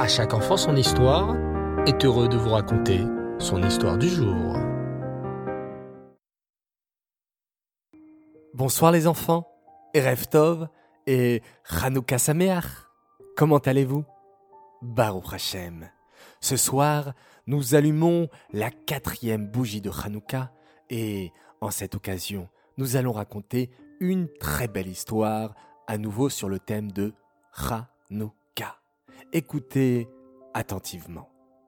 À chaque enfant son histoire est heureux de vous raconter son histoire du jour. Bonsoir les enfants, Erev Tov et Hanouka Sameach. Comment allez-vous? Baruch Hashem. Ce soir, nous allumons la 4e bougie de Hanouka et, en cette occasion, nous allons raconter une très belle histoire, à nouveau sur le thème de Hanouka. Écoutez attentivement.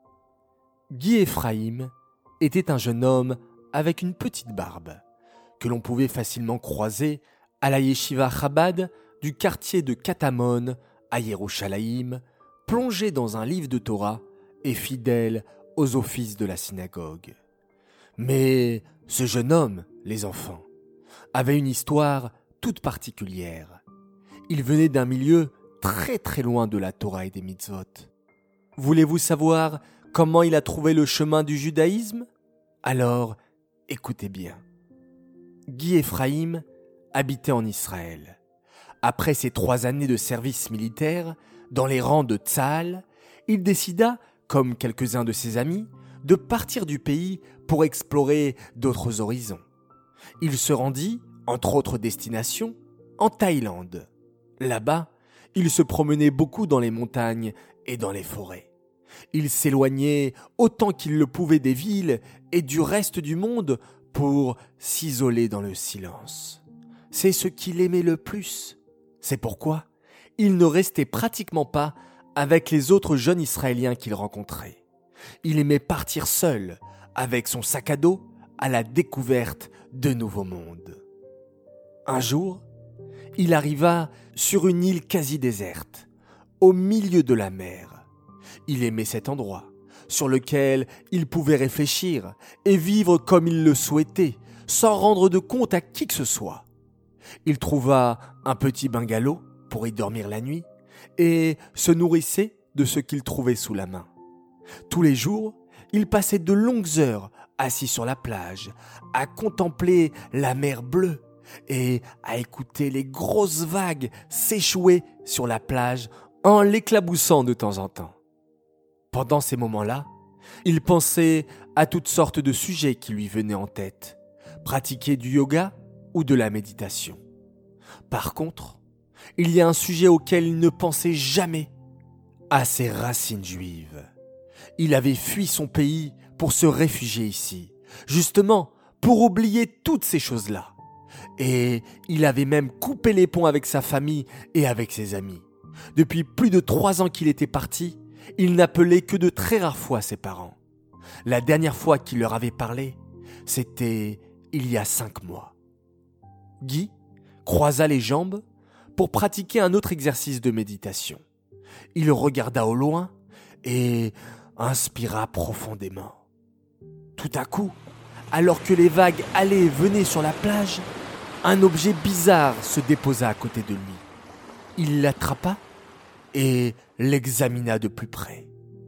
Guy Ephraim était un jeune homme avec une petite barbe, que l'on pouvait facilement croiser à la yeshiva Chabad du quartier de Katamon à Yerushalayim, plongé dans un livre de Torah et fidèle aux offices de la synagogue. Mais ce jeune homme, les enfants, avait une histoire toute particulière. Il venait d'un milieu très très loin de la Torah et des mitzvot. Voulez-vous savoir comment il a trouvé le chemin du judaïsme? Alors, écoutez bien. Guy Ephraim habitait en Israël. Après ses 3 années de service militaire, dans les rangs de Tzahal, il décida, comme quelques-uns de ses amis, de partir du pays pour explorer d'autres horizons. Il se rendit, entre autres destinations, en Thaïlande. Là-bas, il se promenait beaucoup dans les montagnes et dans les forêts. Il s'éloignait autant qu'il le pouvait des villes et du reste du monde pour s'isoler dans le silence. C'est ce qu'il aimait le plus. C'est pourquoi il ne restait pratiquement pas avec les autres jeunes Israéliens qu'il rencontrait. Il aimait partir seul, avec son sac à dos, à la découverte de nouveaux mondes. Un jour, il arriva sur une île quasi déserte, au milieu de la mer. Il aimait cet endroit, sur lequel il pouvait réfléchir et vivre comme il le souhaitait, sans rendre de compte à qui que ce soit. Il trouva un petit bungalow pour y dormir la nuit et se nourrissait de ce qu'il trouvait sous la main. Tous les jours, il passait de longues heures assis sur la plage, à contempler la mer bleue et à écouter les grosses vagues s'échouer sur la plage en l'éclaboussant de temps en temps. Pendant ces moments-là, il pensait à toutes sortes de sujets qui lui venaient en tête, pratiquer du yoga ou de la méditation. Par contre, il y a un sujet auquel il ne pensait jamais, à ses racines juives. Il avait fui son pays pour se réfugier ici, justement pour oublier toutes ces choses-là. Et il avait même coupé les ponts avec sa famille et avec ses amis. Depuis plus de 3 ans qu'il était parti, il n'appelait que de très rares fois ses parents. La dernière fois qu'il leur avait parlé, c'était il y a 5 mois. Guy croisa les jambes pour pratiquer un autre exercice de méditation. Il regarda au loin et inspira profondément. Tout à coup, alors que les vagues allaient et venaient sur la plage, un objet bizarre se déposa à côté de lui. Il l'attrapa et l'examina de plus près.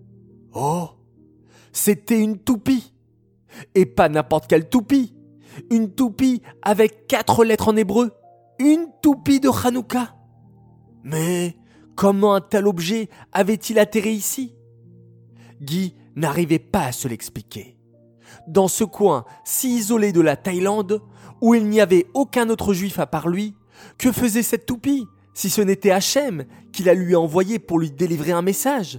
Oh, c'était une toupie. Et pas n'importe quelle toupie. Une toupie avec 4 lettres en hébreu. Une toupie de Hanouka. Mais comment un tel objet avait-il atterri ici? Guy n'arrivait pas à se l'expliquer. Dans ce coin si isolé de la Thaïlande, où il n'y avait aucun autre juif à part lui, que faisait cette toupie, si ce n'était Hachem qui la lui a envoyée pour lui délivrer un message?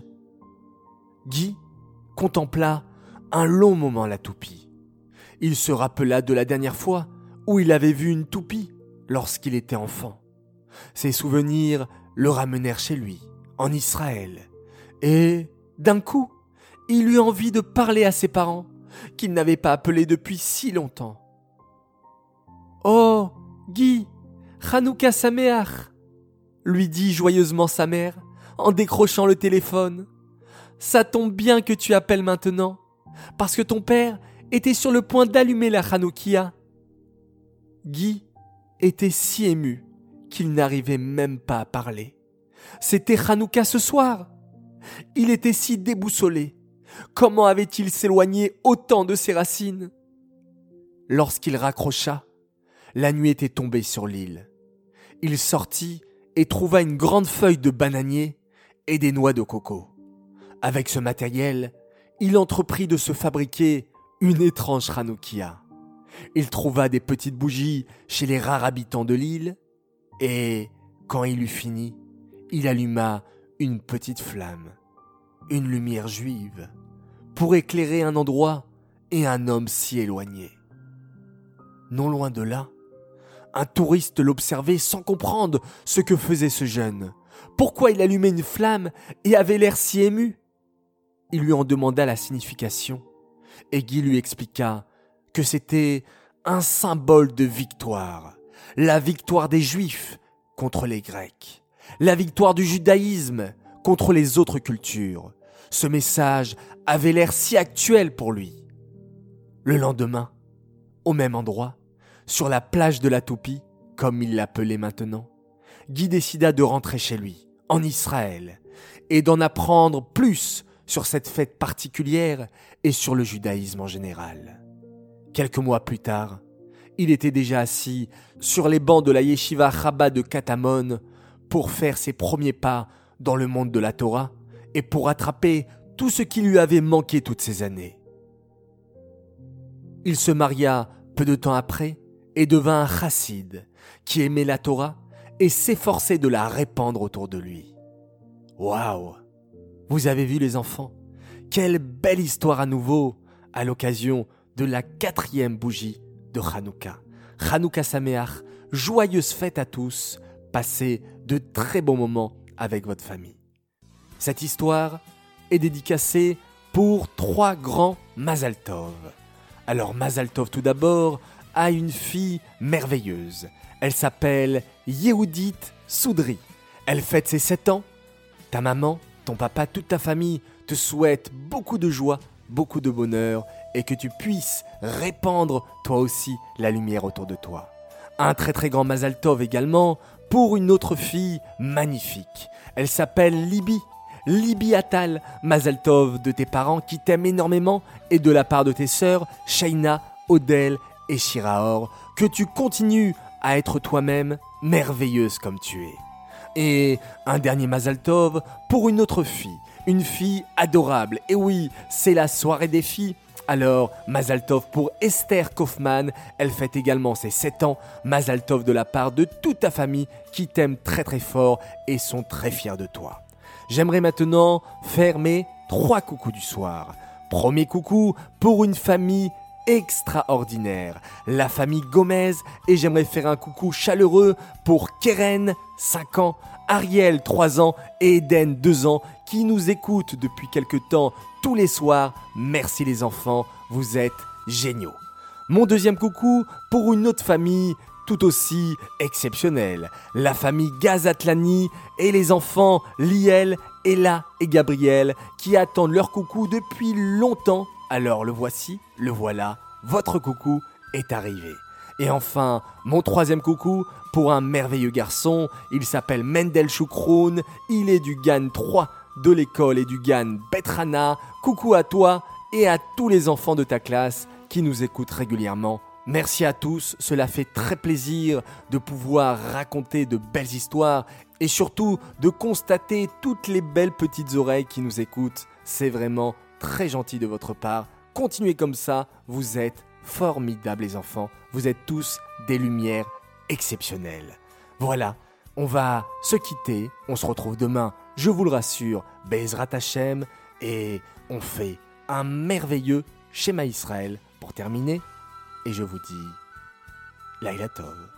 Guy contempla un long moment la toupie. Il se rappela de la dernière fois où il avait vu une toupie lorsqu'il était enfant. Ses souvenirs le ramenèrent chez lui, en Israël. Et, d'un coup, il eut envie de parler à ses parents, qu'il n'avait pas appelés depuis si longtemps. « Oh, Guy, Hanouka Sameach !» lui dit joyeusement sa mère, en décrochant le téléphone. « Ça tombe bien que tu appelles maintenant, parce que ton père était sur le point d'allumer la Hanoukia. » Guy était si ému qu'il n'arrivait même pas à parler. C'était Hanouka ce soir. Il était si déboussolé. Comment avait-il s'éloigné autant de ses racines? Lorsqu'il raccrocha, la nuit était tombée sur l'île. Il sortit et trouva une grande feuille de bananier et des noix de coco. Avec ce matériel, il entreprit de se fabriquer une étrange Hanoukia. Il trouva des petites bougies chez les rares habitants de l'île et, quand il eut fini, il alluma une petite flamme, une lumière juive, pour éclairer un endroit et un homme si éloigné. Non loin de là, un touriste l'observait sans comprendre ce que faisait ce jeune. Pourquoi il allumait une flamme et avait l'air si ému ? Il lui en demanda la signification et Guy lui expliqua que c'était un symbole de victoire. La victoire des Juifs contre les Grecs. La victoire du judaïsme contre les autres cultures. Ce message avait l'air si actuel pour lui. Le lendemain, au même endroit, sur la plage de la Toupie, comme il l'appelait maintenant, Guy décida de rentrer chez lui, en Israël, et d'en apprendre plus sur cette fête particulière et sur le judaïsme en général. Quelques mois plus tard, il était déjà assis sur les bancs de la yeshiva Chabad de Katamon pour faire ses premiers pas dans le monde de la Torah et pour rattraper tout ce qui lui avait manqué toutes ces années. Il se maria peu de temps après et devint un chassid qui aimait la Torah et s'efforçait de la répandre autour de lui. Waouh! Vous avez vu les enfants? Quelle belle histoire à nouveau à l'occasion de la 4e bougie de Hanouka. Hanouka Sameach, joyeuse fête à tous, passez de très bons moments avec votre famille. Cette histoire est dédicacée pour 3 grands Mazal Tov. Alors Mazal Tov tout d'abord a une fille merveilleuse. Elle s'appelle Yehudit Soudri. Elle fête ses 7 ans. Ta maman, ton papa, toute ta famille te souhaite beaucoup de joie, beaucoup de bonheur et que tu puisses répandre toi aussi la lumière autour de toi. Un très très grand Mazal Tov également pour une autre fille magnifique. Elle s'appelle Libby. Libby Attal, Mazal Tov de tes parents qui t'aiment énormément et de la part de tes sœurs, Shaina, Odel et Shiraor, que tu continues à être toi-même merveilleuse comme tu es. Et un dernier Mazal Tov pour une autre fille, une fille adorable. Et oui, c'est la soirée des filles. Alors, Mazal Tov pour Esther Kaufmann, elle fête également ses 7 ans. Mazal Tov de la part de toute ta famille qui t'aime très très fort et sont très fiers de toi. J'aimerais maintenant faire mes 3 coucous du soir. Premier coucou pour une famille extraordinaire, la famille Gomez, et j'aimerais faire un coucou chaleureux pour Keren, 5 ans, Ariel, 3 ans et Eden, 2 ans, qui nous écoutent depuis quelque temps tous les soirs. Merci les enfants, vous êtes géniaux. Mon deuxième coucou pour une autre famille tout aussi exceptionnelle, la famille Gazatlani et les enfants Liel, Ella et Gabriel qui attendent leur coucou depuis longtemps. Alors le voici, le voilà, votre coucou est arrivé. Et enfin, mon 3e coucou pour un merveilleux garçon, il s'appelle Mendel Choukroun, il est du GAN 3 de l'école et du GAN Betrana. Coucou à toi et à tous les enfants de ta classe qui nous écoutent régulièrement. Merci à tous, cela fait très plaisir de pouvoir raconter de belles histoires et surtout de constater toutes les belles petites oreilles qui nous écoutent. C'est vraiment très gentil de votre part. Continuez comme ça, vous êtes formidables les enfants. Vous êtes tous des lumières exceptionnelles. Voilà, on va se quitter. On se retrouve demain, je vous le rassure, Be'ezrat Hashem. Et on fait un merveilleux Shema Israël pour terminer. Et je vous dis, Laila Tov.